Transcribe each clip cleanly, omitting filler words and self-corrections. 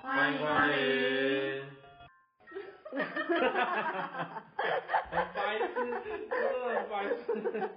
欢迎光临。很白痴，真的很白痴。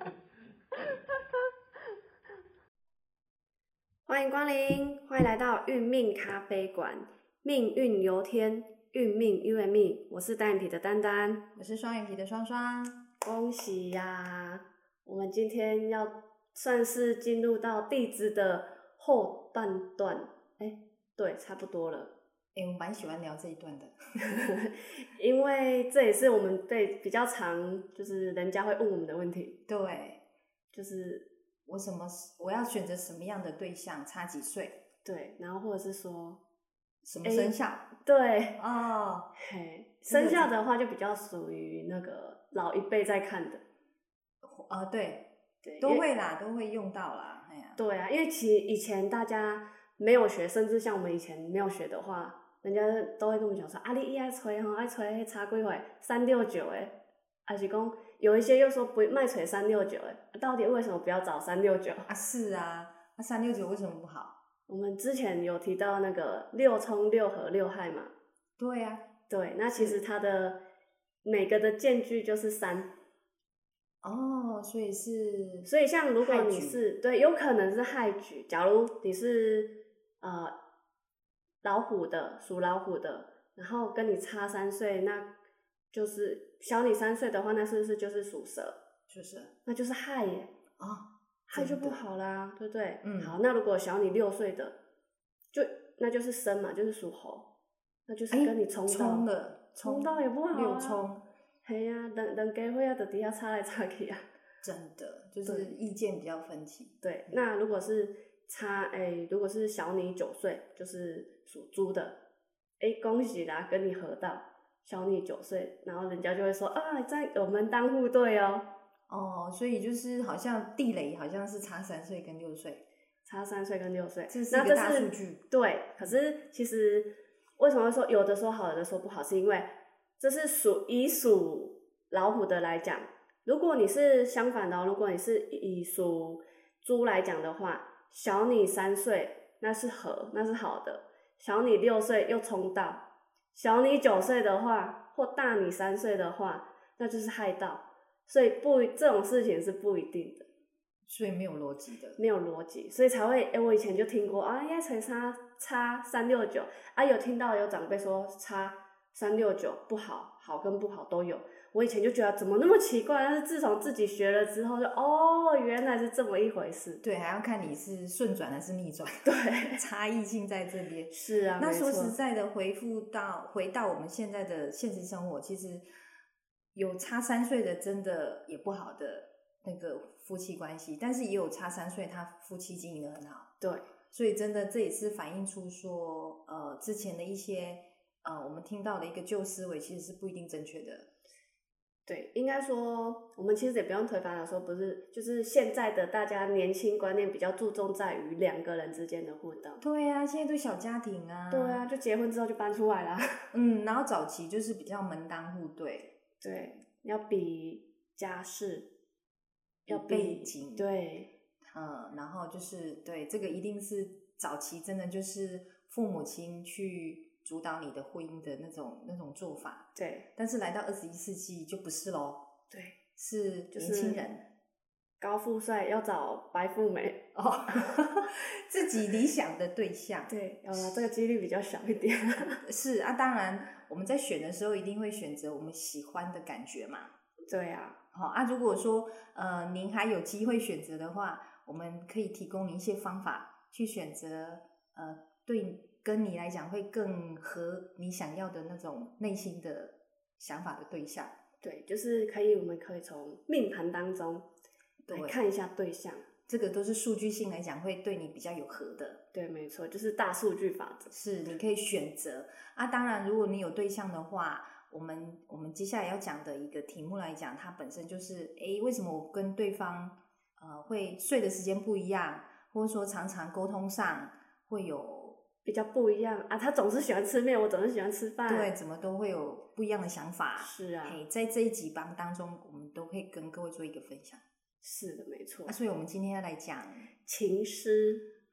欢迎光临，欢迎来到运命咖啡馆，命运由天，运命由命。我是单眼皮的丹丹， 我是双眼皮的双双。 恭喜呀！我们今天要算是进入到地支的后半段，对，差不多了。 我蛮喜欢聊这一段的， 因为这也是我们比较常，就是人家会问我们的问题。 对， 就是我要选择什么样的对象，差几岁？ 对，然后或者是说什么生肖？ 对哦， 生肖的话就比较属于那个老一辈在看的。 对，都会啦，都会用到啦。哎呀， 对啊，因为其实以前大家没有学，甚至像我们以前没有学的话，人家都会跟我们讲说，你爱吹吼，爱吹差几岁369还是讲有一些又说不卖吹369到底为什么不要找369 啊？是啊，那369为什么不好？ 我们之前有提到那个6冲6合6害嘛。 对啊， 对，那其实它的每个的间距就是3。 哦，所以像如果你是对，有可能是害局。假如你是老虎的，属老虎的，然后跟你差3岁，那就是小你3岁的话，那是不是就是属蛇？那就是害耶。害就不好啦，对不对？好，那如果小你6岁的，那就是生嘛，就是属猴，那就是跟你冲到也不好啊。6冲，嘿呀，人家伙就底下插来插去啊。 真的，就是意见比较分歧。 对，那如果是如果是小你9岁，就是属猪的，恭喜啦，跟你合到小你9岁，然后人家就会说我们当户对哦。 所以就是好像地雷好像是差3岁跟6岁， 差3岁跟6岁， 这是一个大数据。 对，可是其实为什么会说有的说好，有的说不好，是因为这是以属老虎的来讲，如果你是相反的如果你是以属猪来讲的话，小你3岁那是合，那是好的，小你6岁又冲到，小你9岁的话或大你3岁的话，那就是害到。所以这种事情是不一定的， 所以没有逻辑的， 没有逻辑，所以才会我以前就听过要差369有听到有长辈说差369不好，好跟不好都有。我以前就觉得怎么那么奇怪，但是自从自己学了之后就原来是这么一回事。 对，还要看你是顺转还是逆转， 对， 差异性在这边。 是啊， 那说实在的，回到我们现在的现实生活，其实有差3岁的真的也不好的那个夫妻关系，但是也有差3岁他夫妻经营得很好。 对， 所以真的这也是反映出说之前的一些我们听到的一个旧思维其实是不一定正确的。 对，应该说我们其实也不用推翻了，说不是，就是现在的大家年轻观念比较注重在于2个人之间的互动。 对啊，现在都小家庭啊。 对啊，就结婚之后就搬出来啦。 然后早期就是比较门当户对。 对，要比家世，要比背景。 对， 然后就是对这个一定是早期真的就是父母亲去主导你的婚姻的那种做法。 对， 但是来到21世纪就不是咯。 对， 是年轻人。 高富帅要找白富美自己理想的对象。 对，这个几率比较小一点。 是啊，当然我们在选的时候一定会选择我们喜欢的感觉嘛。 对啊。 如果说您还有机会选择的话，我们可以提供您一些方法去选择对跟你来讲会更合你想要的那种内心的想法的对象。 对，就是我们可以从命盘当中来看一下对象， 这个都是数据性来讲会对你比较有合的。 对，没错，就是大数据法则。 是，你可以选择当然如果你有对象的话，我们接下来要讲的一个题目来讲，它本身就是为什么我跟对方会睡的时间不一样，或者说常常沟通上会有比较不一样他总是喜欢吃面，我总是喜欢吃饭。 对，怎么都会有不一样的想法。 是啊， 在这一集当中我们都会跟各位做一个分享。 是的，没错。 所以我们今天要来讲情诗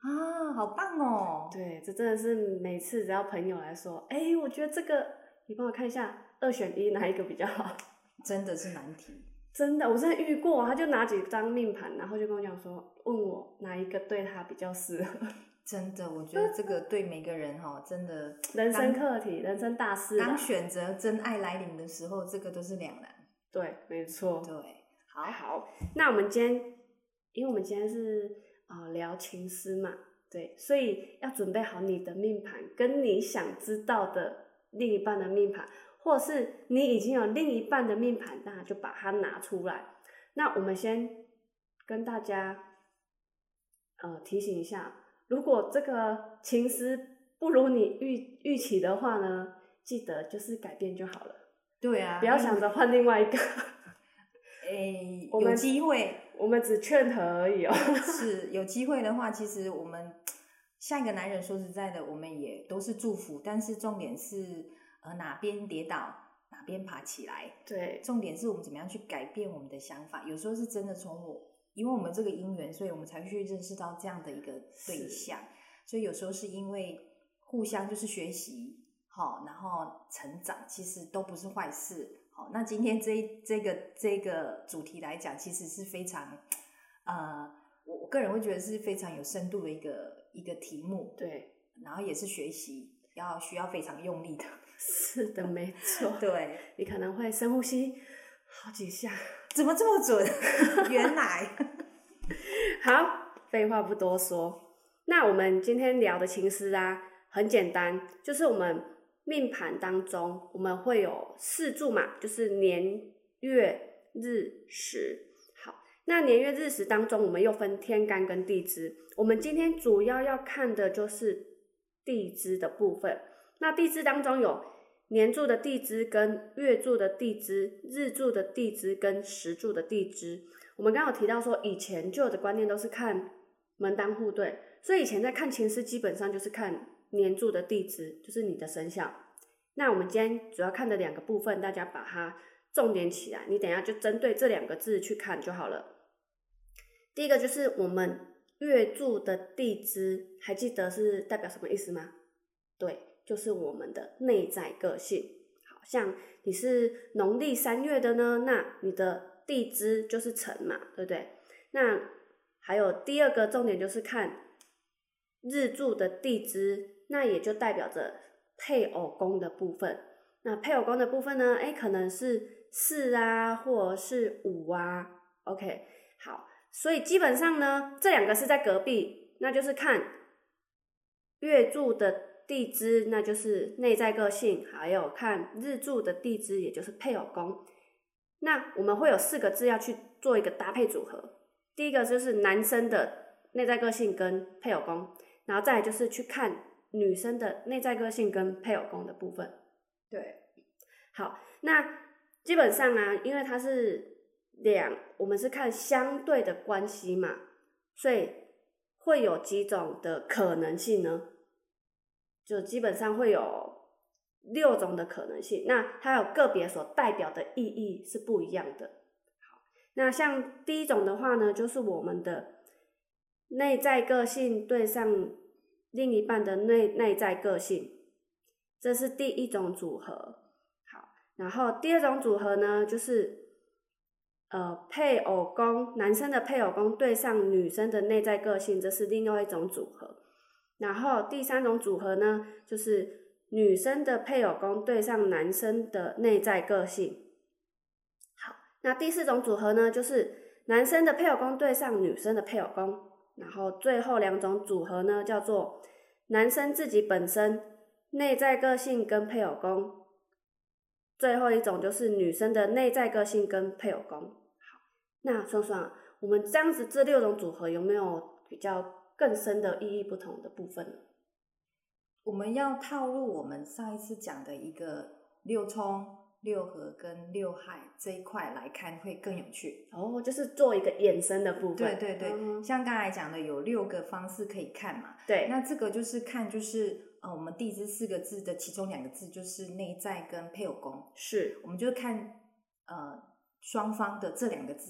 啊，好棒哦！ 对，这真的是每次只要朋友来说，我觉得这个你帮我看一下，2选1哪一个比较好？ 真的是难题。 真的，我真的遇过，他就拿几张命盘，然后就跟我讲说，问我哪一个对他比较适合。 真的，我觉得这个对每个人真的人生课题、人生大事啦。 当选择真爱来临的时候，这个都是两难。 对，没错。 对， 好，那我们今天，因为我们今天是聊情诗嘛，对，所以要准备好你的命盘，跟你想知道的另一半的命盘，或是你已经有另一半的命盘，那就把它拿出来。那我们先跟大家提醒一下，如果这个情诗不如你预期的话呢，记得就是改变就好了。 对啊， 不要想着换另外一个。 有机会， 我们只劝和而已哦。 是有机会的话，其实我们下一个男人，说实在的，我们也都是祝福，但是重点是哪边跌倒哪边爬起来。 对， 重点是我们怎么样去改变我们的想法。有时候是真的因为我们这个姻缘，所以我们才会去认识到这样的一个对象。所以有时候是因为互相就是学习，然后成长，其实都不是坏事。好，那今天这个主题来讲，其实是非常我个人会觉得是非常有深度的一个题目。 对， 然后也是学习需要非常用力的。 是的，没错。 对， 你可能会深呼吸好几下。 怎么这么准？原来。 好，废话不多说，那我们今天聊的情诗很简单，就是我们命盘当中我们会有4柱嘛，就是年月日时。好，那年月日时当中我们又分天干跟地支，我们今天主要要看的就是地支的部分。那地支当中有年柱的地支跟月柱的地支，日柱的地支跟时柱的地支。我们刚刚有提到说，以前旧的观念都是看门当户对，所以以前在看情诗基本上就是看年柱的地支，就是你的生肖。那我们今天主要看的2个部分，大家把它重点起来，你等一下就针对这2个字去看就好了。第一个就是我们月柱的地支，还记得是代表什么意思吗？对，就是我们的内在个性。好像你是农历3月的呢，那你的地支就是辰嘛，对不对？那还有第2个重点就是看日柱的地支，那也就代表着配偶宫的部分。那配偶宫的部分呢，可能是4或者是5OK， 好，所以基本上呢，这2个是在隔壁，那就是看月柱的地支，那就是内在个性，还有看日柱的地支，也就是配偶宫。那我们会有4个字要去做一个搭配组合。第一个就是男生的内在个性跟配偶宫，然后再来就是去看女生的内在个性跟配偶宫的部分。对，好，那基本上因为它是我们是看相对的关系嘛，所以会有几种的可能性呢？就基本上会有6种的可能性，那它有个别所代表的意义是不一样的。好，那像第一种的话呢，就是我们的内在个性对上另一半的内在个性，这是第一种组合。好，然后第2种组合呢，就是配偶宫，男生的配偶宫对上女生的内在个性，这是另外一种组合。然后第3种组合呢，就是女生的配偶宫对上男生的内在个性。好，那第4种组合呢，就是男生的配偶宫对上女生的配偶宫。然后最后2种组合呢，叫做男生自己本身内在个性跟配偶宫，最后一种就是女生的内在个性跟配偶宫。好，那双双，我们这样子这6种组合有没有比较更深的意义不同的部分呢？ 我们要套入我们上一次讲的一个6冲、6合跟6害这一块来看会更有趣。 就是做一个衍生的部分。 对，像刚才讲的有6个方式可以看嘛。 对， 那这个就是看我们地支4个字的其中2个字就是内在跟配偶宫， 是我们就看双方的这2个字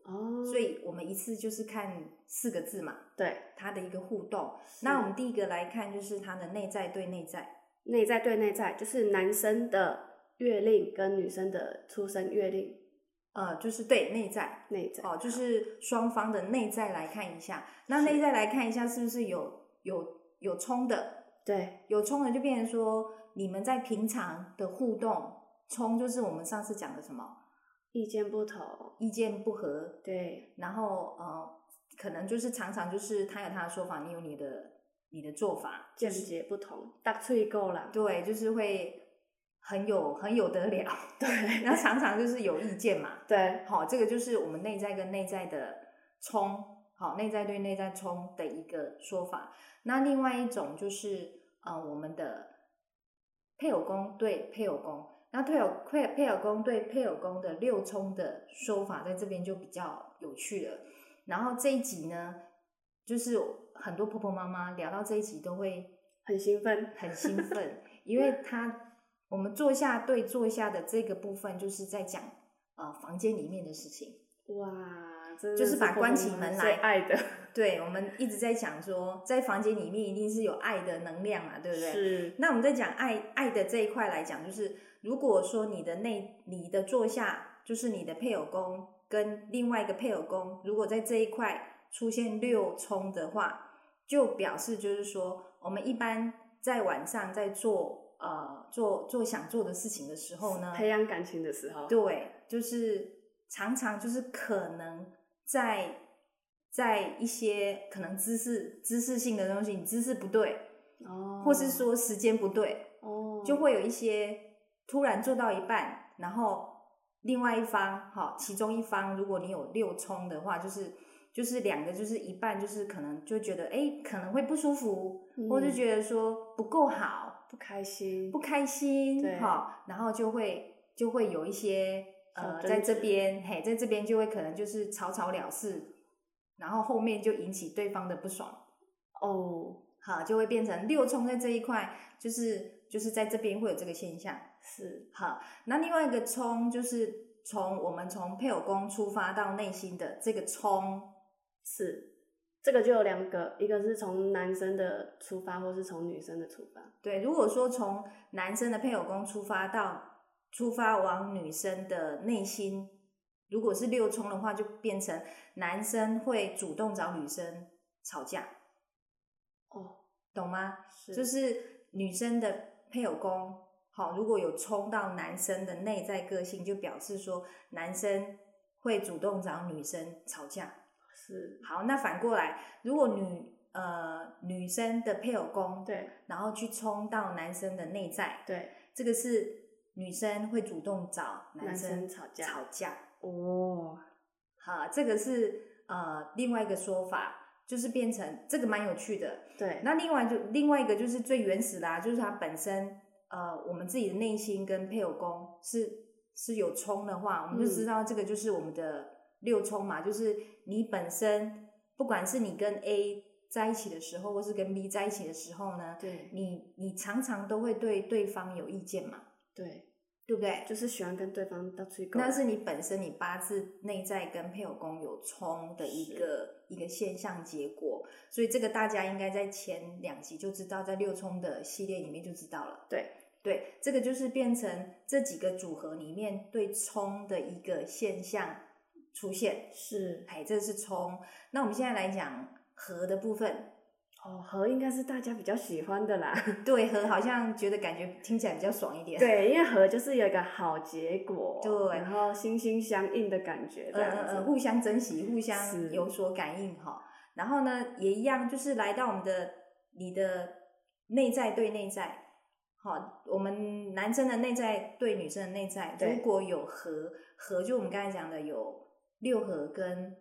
哦， 所以我们一次就是看4个字嘛， 对， 它的一个互动。那我们第一个来看就是它的内在对内在， 内在对内在就是男生的月令跟女生的出生月令， 就是对内在就是双方的内在来看一下。那内在来看一下是不是有冲的？ 对， 有冲的就变成说你们在平常的互动，冲就是我们上次讲的什么？ 意见不同， 意见不合， 对， 然后可能就是常常就是他有他的说法，你有你的做法， 见解不同，搭脆够啦， 对，就是会很有得了， 对， 然后常常就是有意见嘛， 对， 好，这个就是我们内在跟内在的冲，好，内在对内在冲的一个说法。那另外一种就是我们的配偶宫对配偶宫，那配偶宫对配偶宫的6冲的说法，在这边就比较有趣了。然后这一集呢，就是很多婆婆妈妈聊到这一集都会很兴奋， 很兴奋，因为我们坐下对坐下的这个部分，就是在讲房间里面的事情。 哇，真的就是把关起门来爱的， 对，我们一直在讲说，在房间里面一定是有爱的能量嘛，对不对？ 是。 那我们在讲爱的这一块来讲，就是如果说你的坐下，就是你的配偶宫跟另外一个配偶宫，如果在这一块出现6冲的话，就表示就是说，我们一般在晚上在做想做的事情的时候呢， 培养感情的时候， 对，就是常常就是可能在一些可能知识性的东西，你知识不对，或是说时间不对，就会有一些突然做到一半，然后另外一方其中一方如果你有6冲的话，就是两个就是一半，就是可能就觉得可能会不舒服，或就觉得说不够好， 不开心， 对，然后就会有一些在这边就会可能就是草草了事，然后后面就引起对方的不爽好，就会变成6冲在这一块，就是在这边会有这个现象。 是好，那另外一个冲就是我们从配偶宫出发到内心的这个冲， 是这个就有2个，一个是从男生的出发，或是从女生的出发。 对，如果说从男生的配偶宫出发往女生的内心，如果是6冲的话，就变成男生会主动找女生吵架。懂吗？就是女生的配偶宫如果有冲到男生的内在个性，就表示说男生会主动找女生吵架。 是。 好，那反过来，如果女生的配偶宫， 对， 然后去冲到男生的内在， 对， 这个是女生会主动找男生吵架。好，这个是另外一个说法，就是变成这个蛮有趣的。 对， 那另外一个就是最原始的就是它本身我们自己的内心跟配偶宫是有冲的话，我们就知道这个就是我们的6冲嘛，就是你本身不管是你跟 A 在一起的时候，或是跟 B 在一起的时候呢， 对， 你常常都会对对方有意见嘛，对不对？ 就是喜欢跟对方到最高， 那是你本身你八字内在跟配偶宫有冲的一个现象结果，所以这个大家应该在前2集就知道，在6冲的系列里面就知道了。对，这个就是变成这几个组合里面对冲的一个现象出现。 是， 这是冲。那我们现在来讲合的部分。 合应该是大家比较喜欢的啦。 对，合好像觉得感觉听起来比较爽一点。 对，因为合就是有一个好结果， 对， 然后心心相印的感觉， 互相珍惜，互相有所感应然后呢，也一样，就是来到你的内在对内在，我们男生的内在对女生的内在，如果有合就我们刚才讲的有6合跟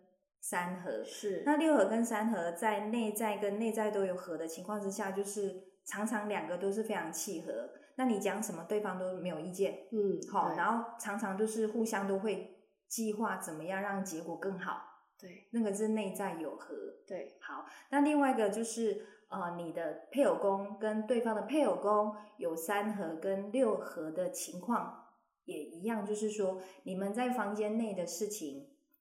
3合， 是。 那6合跟3合在内在跟内在都有合的情况之下，就是常常2个都是非常契合，那你讲什么对方都没有意见，然后常常就是互相都会计划怎么样让结果更好， 对， 那个是内在有合。 对， 好，那另外一个就是你的配偶宫跟对方的配偶宫有3合跟6合的情况也一样，就是说你们在房间内的事情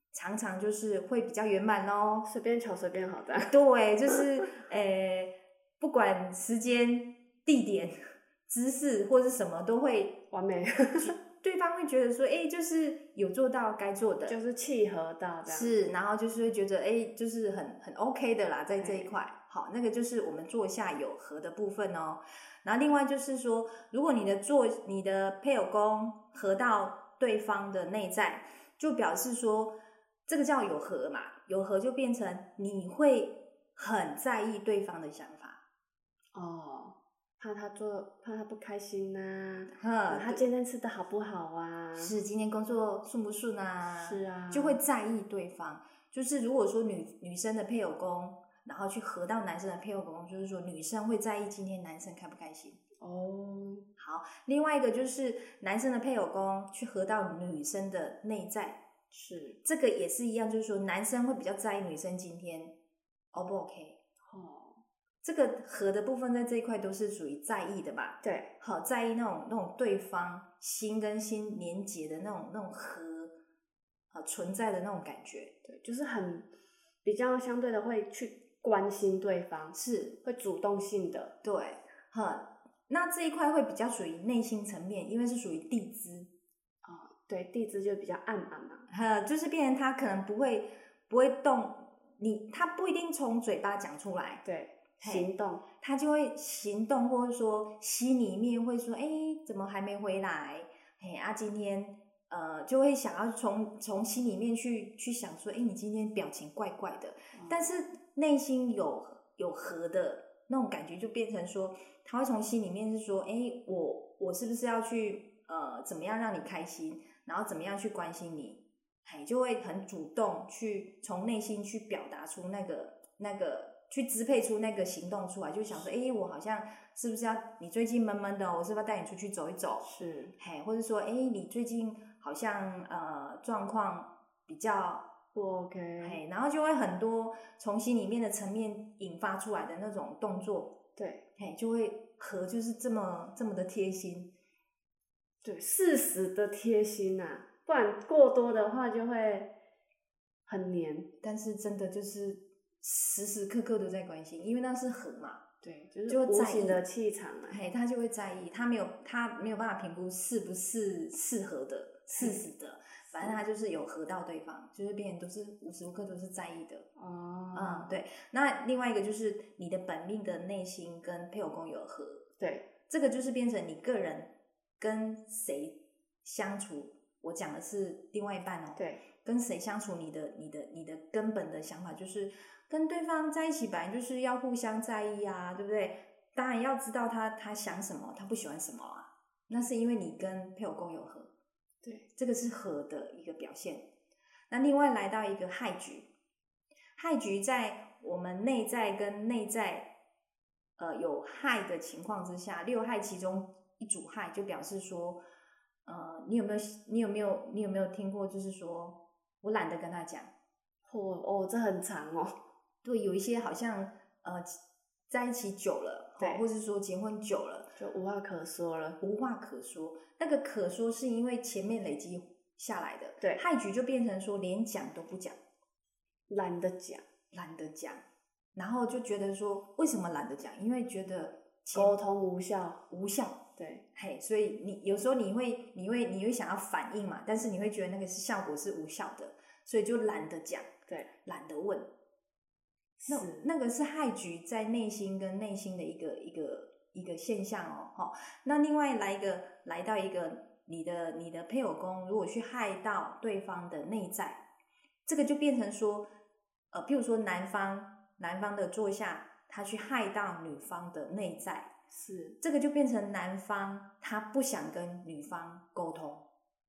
常常就是会比较圆满哦。 随便瞧随便好的。 对，就是不管时间、地点、姿势或是什么都会完美。 对方会觉得说，就是有做到该做的， 就是契合到这样。 是，然后就是会觉得，就是很 OK 的啦，在这一块。好，那个就是我们坐下有合的部分哦。然后另外就是说，如果你的配偶宫合到对方的内在，就表示说这个叫有合嘛，有合就变成你会很在意对方的想法。 哦。怕他不开心呐、他今天吃的好不好啊？ 是今天工作顺不顺啊？ 是啊， 就会在意对方。就是如果说女生的配偶宫，然后去合到男生的配偶宫，就是说女生会在意今天男生开不开心。 哦， 好，另外一个就是男生的配偶宫去合到女生的内在， 是这个也是一样，就是说男生会比较在意女生今天 O 不 OK。这个合的部分在这一块都是属于在意的吧？ 对， 好，在意那种对方心跟心连结的那种合存在的那种感觉。 对，就是比较相对的会去关心对方， 是会主动性的。 对，那这一块会比较属于内心层面，因为是属于地支。 对，地支就比较暗嘛。 就是变成他可能不会动他不一定从嘴巴讲出来。 对。行动， 他就会行动，或者说心里面会说，怎么还没回来？今天就会想要从心里面去想说，你今天表情怪怪的，但是内心有合的那种感觉，就变成说，他会从心里面是说，我是不是要去怎么样让你开心，然后怎么样去关心你，就会很主动去从内心去表达出那个。去支配出那个行动出来，就想说，我好像是不是要你最近闷闷的，我是不是要带你出去走一走？ 是， 或者说，你最近好像状况比较不 OK， 然后就会很多从心里面的层面引发出来的那种动作， 对， 就会合就是这么的贴心， 对，适时的贴心啊，不然过多的话就会很黏， 但是真的就是。时时刻刻都在关心，因为那是合嘛， 对，就是无形的气场啊， 他就会在意，他没有办法评估是不是适合的、事实的，反正他就是有合到对方，就是别人都是无时无刻都是在意的。对。那另外一个就是你的本命的内心跟配偶宫有合， 对， 这个就是变成你个人跟谁相处，我讲的是另外一半哦， 对， 跟谁相处，你的根本的想法就是。跟对方在一起本来就是要互相在意啊，对不对？当然要知道他想什么，他不喜欢什么啊。那是因为你跟配偶宫有合， 对， 这个是合的一个表现。那另外来到一个害局，害局在我们内在跟内在有害的情况之下，6害其中一组害，就表示说，你有没有听过？就是说我懒得跟他讲， 这很长哦。 对，有一些好像在一起久了， 对， 或是说结婚久了， 就无话可说了。 无话可说，那个可说是因为前面累积下来的。 对， 害局就变成说连讲都不讲， 懒得讲， 然后就觉得说为什么懒得讲？因为觉得沟通无效。对， 所以你有时候你会想要反应嘛，但是你会觉得那个是效果是无效的，所以就懒得讲， 对， 懒得问。那个是害局在内心跟内心的一个现象哦。那另外来到一个你的配偶宫，如果去害到对方的内在，这个就变成说，譬如说男方的坐下，他去害到女方的内在， 是这个就变成男方他不想跟女方沟通。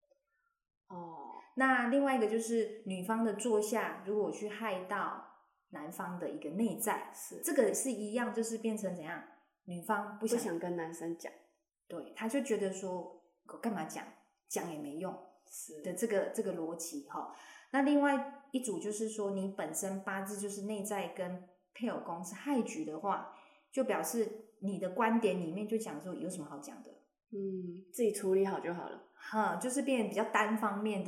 那另外一个就是女方的坐下，如果去害到男方的一个内在， 是这个是一样，就是变成怎样？女方不想跟男生讲， 对，他就觉得说我干嘛讲也没用的这个逻辑哈。那另外一组就是说，你本身八字就是内在跟配偶宫是害局的话，就表示你的观点里面就讲说有什么好讲的， 自己处理好就好了。 就是变成比较单方面的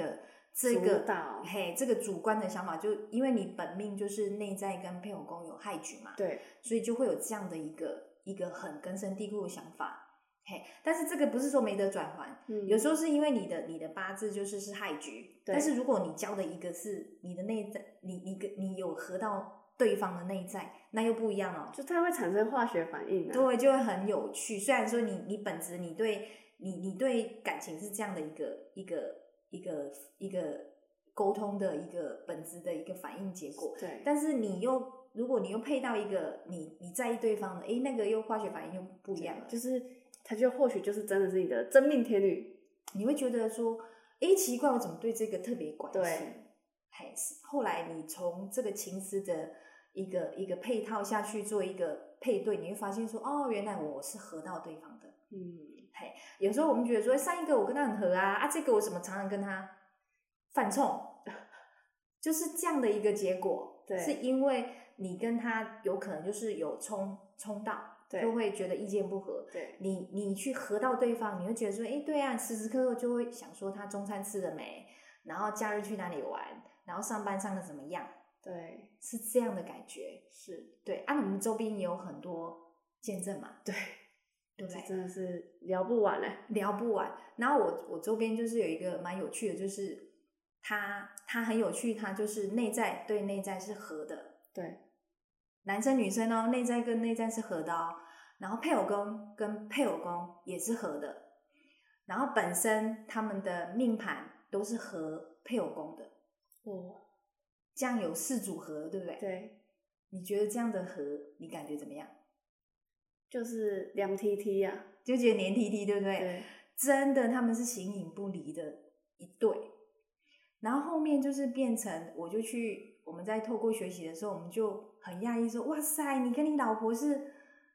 这个主导这个主观的想法，就因为你本命就是内在跟配偶宫有害局嘛， 对， 所以就会有这样的一个很根深蒂固的想法。但是这个不是说没得转还，有时候是因为你的八字就是害局，但是如果你教的一个是你的内在，你有合到对方的内在，那又不一样哦， 就它会产生化学反应啊， 对，就会很有趣。虽然说你本质你对感情是这样的一个沟通的一个本质的一个反应结果， 对， 但是如果你又配到一个你在意对方的，那个又化学反应又不一样了， 就是他就或许就是真的是你的真命天女， 你会觉得说，奇怪，我怎么对这个特别关心？ 对， 后来你从这个情思的一个配套下去做一个配对，你会发现说，原来我是合到对方的。有时候我们觉得说，上一个我跟他很合啊，这个我怎么常常跟他犯冲，就是这样的一个结果。 对， 是因为你跟他有可能就是有冲到。就会觉得意见不合， 对， 你去合到对方，你会觉得说，对啊，时时刻刻就会想说他中餐吃了没，然后假日去哪里玩，然后上班上的怎么样， 对， 是这样的感觉， 是对。我们周边也有很多见证嘛， 对不对？ 真的是聊不完嘞， 聊不完。然后我周边就是有一个蛮有趣的，就是他很有趣，他就是内在对内在是合的， 对。 男生女生哦，内在跟内在是合的哦，然后配偶宫跟配偶宫也是合的，然后本身他们的命盘都是合配偶宫的，这样有4组合，对不对？ 对， 你觉得这样的合，你感觉怎么样？ 就是凉踢踢啊， 就觉得黏踢踢，对不对？ 对， 真的他们是形影不离的一对。然后后面就是变成，我们在透过学习的时候，我们就很讶异说，哇塞，你跟你老婆是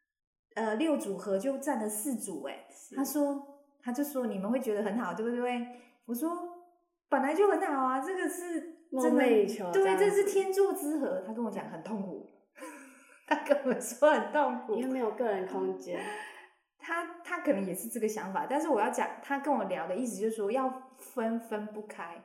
6组合就占了4组他就说你们会觉得很好，对不对？我说本来就很好啊，这个是梦寐以求， 对，这是天作之合。他跟我讲很痛苦，他跟我说很痛苦， 因为没有个人空间。 他可能也是这个想法，但是我要讲，他跟我聊的意思就是说要分不开。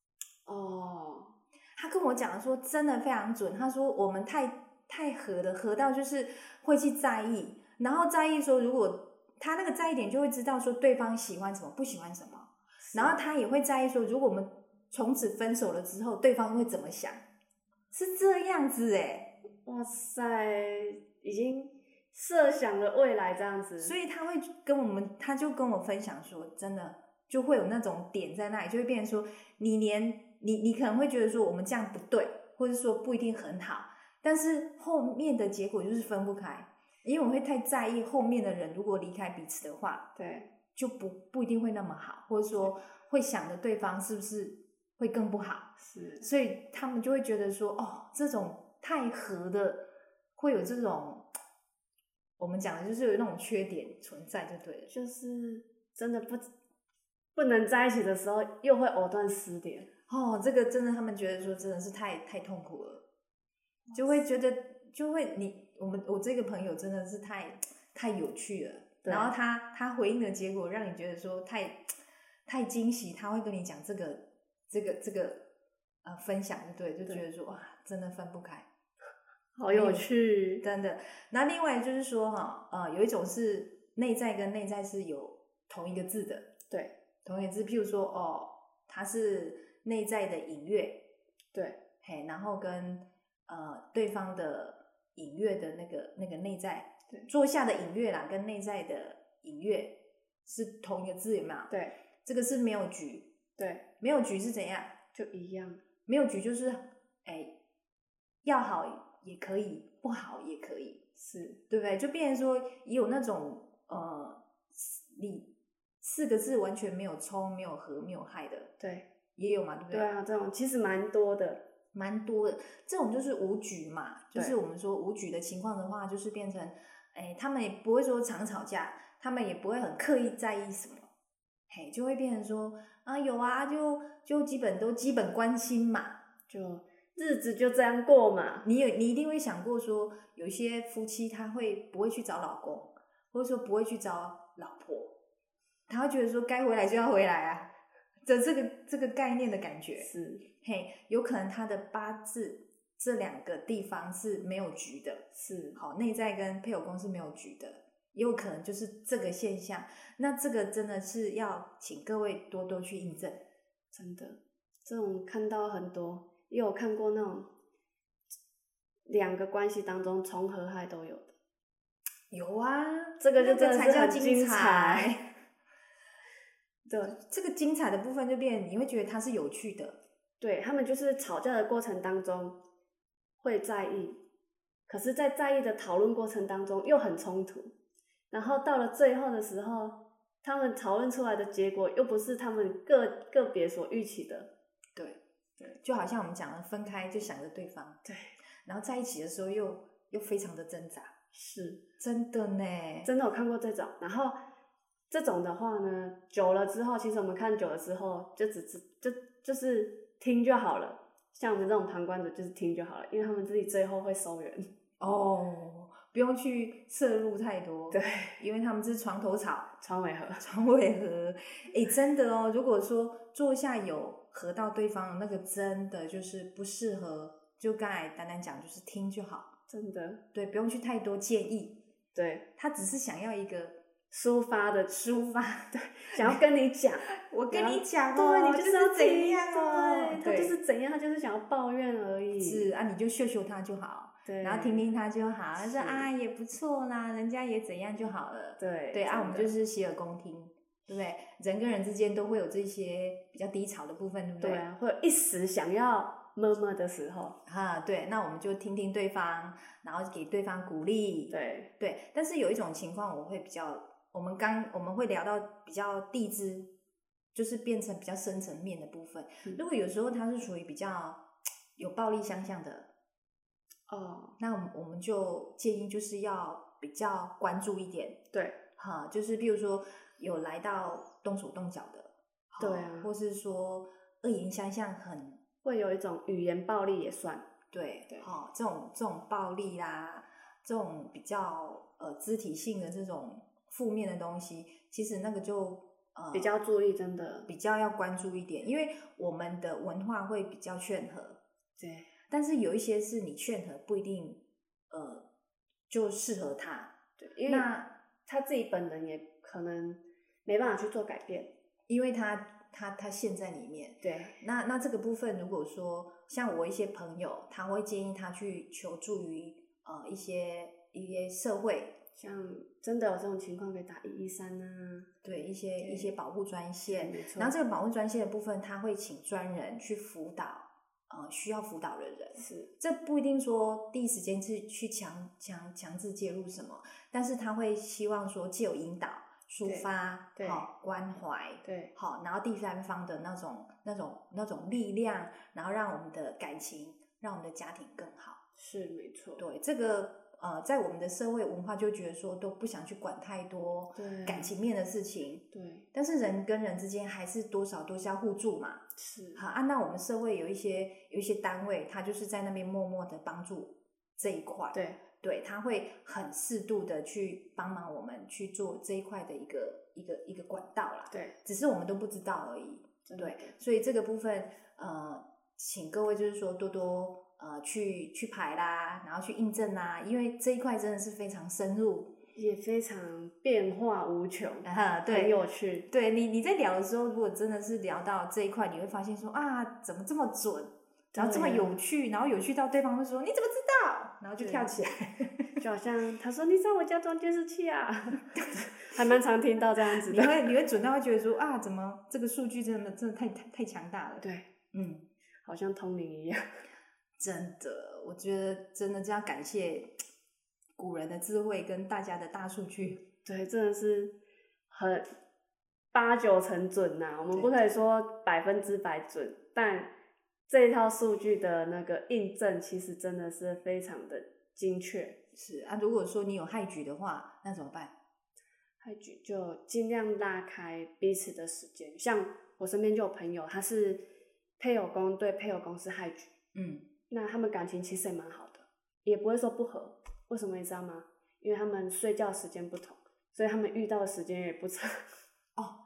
他跟我讲说真的非常准，他说我们太合了，合到就是会去在意，然后在意说如果他那个在意点就会知道说对方喜欢什么不喜欢什么，然后他也会在意说如果我们从此分手了之后对方会怎么想，是这样子哇塞，已经设想了未来这样子， 所以他就跟我分享说真的就会有那种点在那里，就会变成说你可能会觉得说我们这样不对，或者说不一定很好，但是后面的结果就是分不开，因为我会太在意后面的人如果离开彼此的话， 对， 就不一定会那么好，或者说会想着对方是不是会更不好， 是， 所以他们就会觉得说这种太合的会有这种我们讲的就是有那种缺点存在就对了， 就是真的不能在一起的时候又会藕断丝连。 这个真的他们觉得说真的是太痛苦了，就会觉得我这个朋友真的是太有趣了，然后他回应的结果让你觉得说太惊喜，他会跟你讲这个分享就对，就觉得说哇真的分不开， 好有趣， 真的。那另外就是说有一种是内在跟内在是有同一个字的，对，同一个字，譬如说它是内在的引月，对，然后跟对方的引月的那个内在，对，坐下的引月啦，跟内在的引月是同一个字，有没有？对，这个是没有局，对，没有局是怎样？ 就一样，没有局就是要好也可以，不好也可以，是对不对？就变成说也有那种你4个字完全没有冲、没有合、没有害的，对。也有嘛，对不对？ 对啊，这种其实蛮多的， 这种就是无局嘛，就是我们说无局的情况的话，就是变成，他们也不会说常吵架，他们也不会很刻意在意什么，就会变成说有啊，就基本关心嘛，就日子就这样过嘛。 你一定会想过说，有一些夫妻他不会去找老公，或者说不会去找老婆，他会觉得说该回来就要回来啊。 这个概念的感觉。 是， 嘿，有可能他的八字这2个地方是没有局的， 是， 好，内在跟配偶宫是没有局的，也有可能就是这个现象。那这个真的是要请各位多多去印证。 真的，这种看到很多，也有看过那种2个关系当中重合害都有的。 有啊， 这个就那真的是才叫精很精彩。 对， 这个精彩的部分就变，你会觉得它是有趣的。 对，他们就是吵架的过程当中会在意，可是在在意的讨论过程当中又很冲突，然后到了最后的时候，他们讨论出来的结果又不是他们个别所预期的。 对，就好像我们讲的，分开就想着对方， 对， 然后在一起的时候又非常的挣扎。 是真的呢， 真的有看过这种。然后这种的话呢，久了之后，其实我们看久了之后，就是听就好了。像我们这种旁观者，就是听就好了，因为他们自己最后会收圆。 哦，不用去摄入太多。 对， 因为他们是床头吵， 床尾和。 床尾和。真的哦，如果说坐下有合到对方，那个真的就是不适合。就刚才丹丹讲，就是听就好。 真的， 对，不用去太多建议。 对， 他只是想要一个抒发，对，想要跟你讲， 我跟你讲对，你就是要怎样哦， 对，他就是怎样，他就是想要抱怨而已。 是啊，你就秀他就好， 对， 然后听听他就好，他说啊也不错啦，人家也怎样就好了。 对啊，我们就是洗耳恭听，对不对？人跟人之间都会有这些比较低潮的部分，对不对？ 对啊，会有一时想要么的时候对，那我们就听听对方，然后给对方鼓励。对，但是有一种情况我会比较，我们会聊到比较地支，就是变成比较深层面的部分。如果有时候它是属于比较有暴力相向的，那我们就建议就是要比较关注一点。 对， 就是比如说有来到动手动脚的， 对啊， 或是说恶言相向会有一种语言暴力也算。 对，这种暴力啦，这种比较肢体性的这种负面的东西，其实那个就比较注意，真的比较要关注一点，因为我们的文化会比较劝和。 对， 但是有一些是你劝和不一定就适合他。 对，因为他自己本人也可能没办法去做改变， 因为他陷在里面。 对， 那这个部分，如果说像我一些朋友，他会建议他去求助于一些社会， 像真的有这种情况可以打113啊， 对，一些保护专线。 没错。 然后这个保护专线的部分，他会请专人去辅导需要辅导的人。 是， 这不一定说第一时间是去强制介入什么，但是他会希望说藉由引导、抒发、关怀， 对， 然后第三方的那种力量，然后让我们的感情，让我们的家庭更好。 是没错。 对，这个在我们的社会文化就觉得说都不想去管太多感情面的事情。 对， 但是人跟人之间还是多少都是要互助嘛。 是。 那我们社会有一些单位，他就是在那边默默的帮助这一块。对，他会很适度的去帮忙我们去做这一块的一个管道啦。 对， 只是我们都不知道而已。对，所以这个部分请各位就是说多多去排啦，然后去印证啦，因为这一块真的是非常深入， 也非常变化无穷， 对， 很有趣。 对，你在聊的时候，如果真的是聊到这一块，你会发现说怎么这么准，然后这么有趣，然后有趣到对方会说你怎么知道，然后就跳起来， 就好像他说你在我家装监视器啊，还蛮常听到这样子的。 你会准到会觉得说怎么这个数据真的太强大了。 对，好像通灵一样。 真的，我觉得真的这样感谢古人的智慧跟大家的大数据。 对，真的是很8、9成准呐。我们不可以说100%准，但这一套数据的那个印证，其实真的是非常的精确。 是如果说你有害局的话，那怎么办？ 害局就尽量拉开彼此的时间。像我身边就有朋友，他是配偶宫对配偶宫是害局，那他们感情其实也蛮好的，也不会说不合。为什么你知道吗？因为他们睡觉时间不同，所以他们遇到的时间也不长。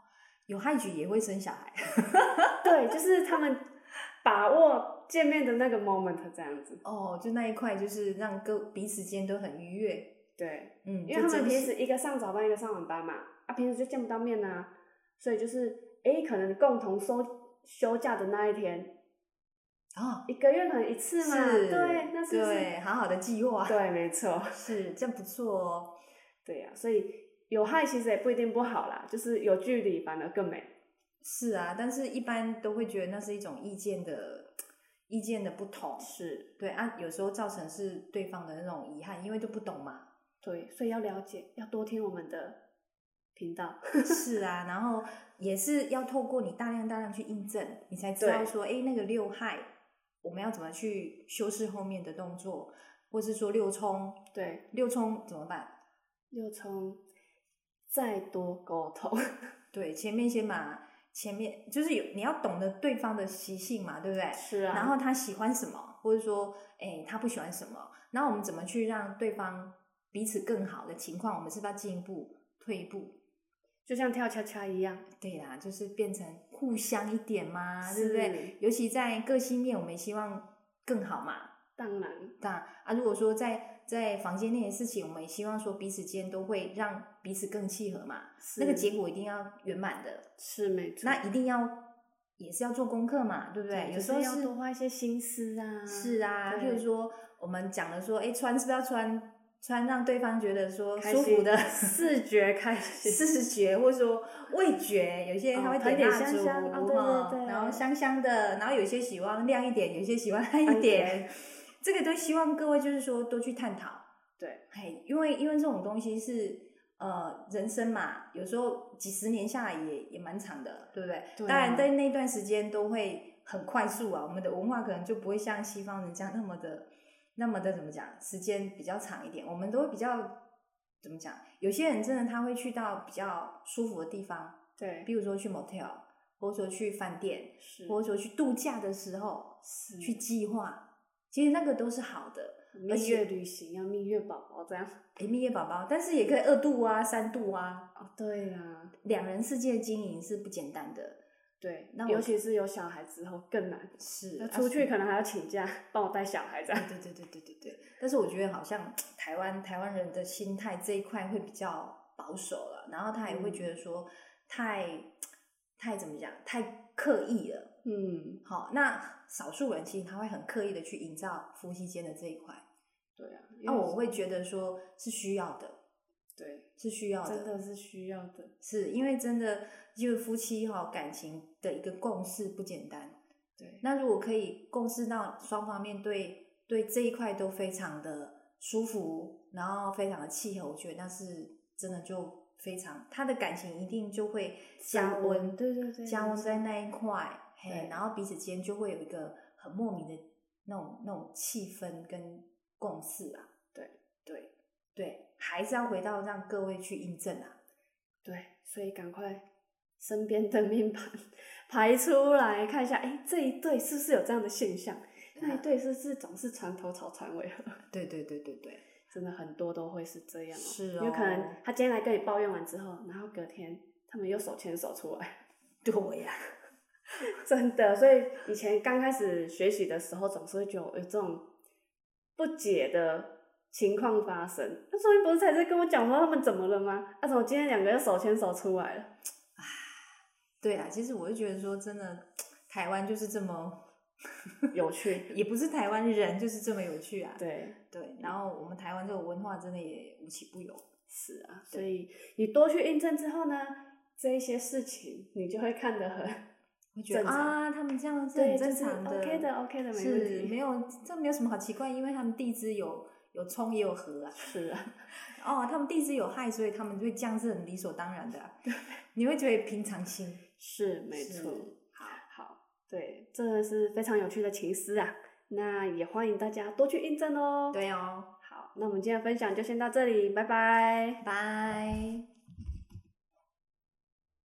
有害局也会生小孩。 对，就是他们把握见面的那个 moment 这样子。 哦，就那一块就是让彼此间都很愉悦。 对， 因因为他们平时一个上早班，一个上晚班嘛，平时就见不到面啊，所以就是可能共同休假的那一天，1个月可能1次嘛，对，那是不是对，好好的计划？ 对，没错， 是这样不错哦。 对呀，所以有害其实也不一定不好啦，就是有距离反而更美。 是啊，但是一般都会觉得那是一种意见的不同， 是对啊，有时候造成是对方的那种遗憾，因为都不懂嘛。 对，所以要了解，要多听我们的频道。 是啊，然后也是要透过你大量去印证，你才知道说，那个6害我们要怎么去修饰后面的动作，或是说6冲， 对 ，6冲怎么办 ？6冲再多沟通， 对，前面就是你要懂得对方的习性嘛，对不对？ 是啊。 然后他喜欢什么，或者说，他不喜欢什么，然后我们怎么去让对方彼此更好的情况，我们是不是要进一步、退一步？ 就像跳恰恰一样。 对啦，就是变成互相一点嘛，对不对？尤其在个性面，我们也希望更好嘛。 当然如果说在房间内的事情，我们也希望说彼此间都会让彼此更契合嘛，那个结果一定要圆满的。 是没错。 那一定也是要做功课嘛，对不对？有时候要多花一些心思啊。 是啊，譬如说我们讲的说，穿是不是要穿让对方觉得说舒服的视觉开心， 视觉或者说味觉，有些人他会点蜡烛， 对， 然后香香的，然后有些喜欢亮一点，有些喜欢暗一点，这个都希望各位就是说多去探讨。 对， 因为这种东西是人生嘛，有时候几十年下来也蛮长的，对不对？ 对啊。 当然在那段时间都会很快速啊，我们的文化可能就不会像西方人这样那么的怎么讲，时间比较长一点，我们都会比较怎么讲？有些人真的他会去到比较舒服的地方， 对， 比如说去 motel， 或者说去饭店，或者说去度假的时候，去计划，其实那个都是好的。 蜜月旅行要蜜月宝宝这样， 蜜月宝宝，但是也可以2度啊、3度啊。 对啦 ，2人世界的经营是不简单的。 对，尤其是有小孩之后更难。 是， 那出去可能还要请假帮我带小孩这样。 对。但是我觉得好像台湾人的心态这一块会比较保守了，然后他也会觉得说太怎么讲，太刻意了。好，那少数人其实他会很刻意的去营造夫妻间的这一块。 对啊， 那我会觉得说是需要的。 对， 是需要的， 真的是需要的。 是因为真的就是夫妻感情的一个共识不简单。 对， 那如果可以共识到双方面对这一块都非常的舒服，然后非常的契合，我觉得那是真的就非常，他的感情一定就会加温。 对， 加温在那一块，然后彼此间就会有一个很莫名的那种气氛跟共识啊。对，还是要回到让各位去印证啊。 对，所以赶快身边的命盘排出来看一下，这一对是不是有这样的现象？那一对是不是总是船头吵船尾和？ 对， 真的很多都会是这样。 是因为可能他今天来跟你抱怨完之后，然后隔天他们又手牵手出来。 对呀， 真的，所以以前刚开始学习的时候，总是会觉得有这种不解的情况发生。那昨天不是才在跟我讲说他们怎么了吗？怎么今天2个又手牵手出来了？ 对啦，其实我就觉得说，真的台湾就是这么有趣， 也不是台湾人就是这么有趣啊。 对， 然后我们台湾这个文化真的也无奇不有。 是啊，所以你多去印证之后呢，这一些事情你就会看得很正常他们这样是很正常的， OK 的，没问题， 这没有什么好奇怪，因为他们地支有冲也有合啊。 是啊， 他们地支有害，所以他们就会这样是很理所当然的啊。你会觉得平常心。 是没错。好，对，真的是非常有趣的情思啊。那也欢迎大家多去印证哦。 对哦。 好，那我们今天的分享就先到这里，拜拜。 拜。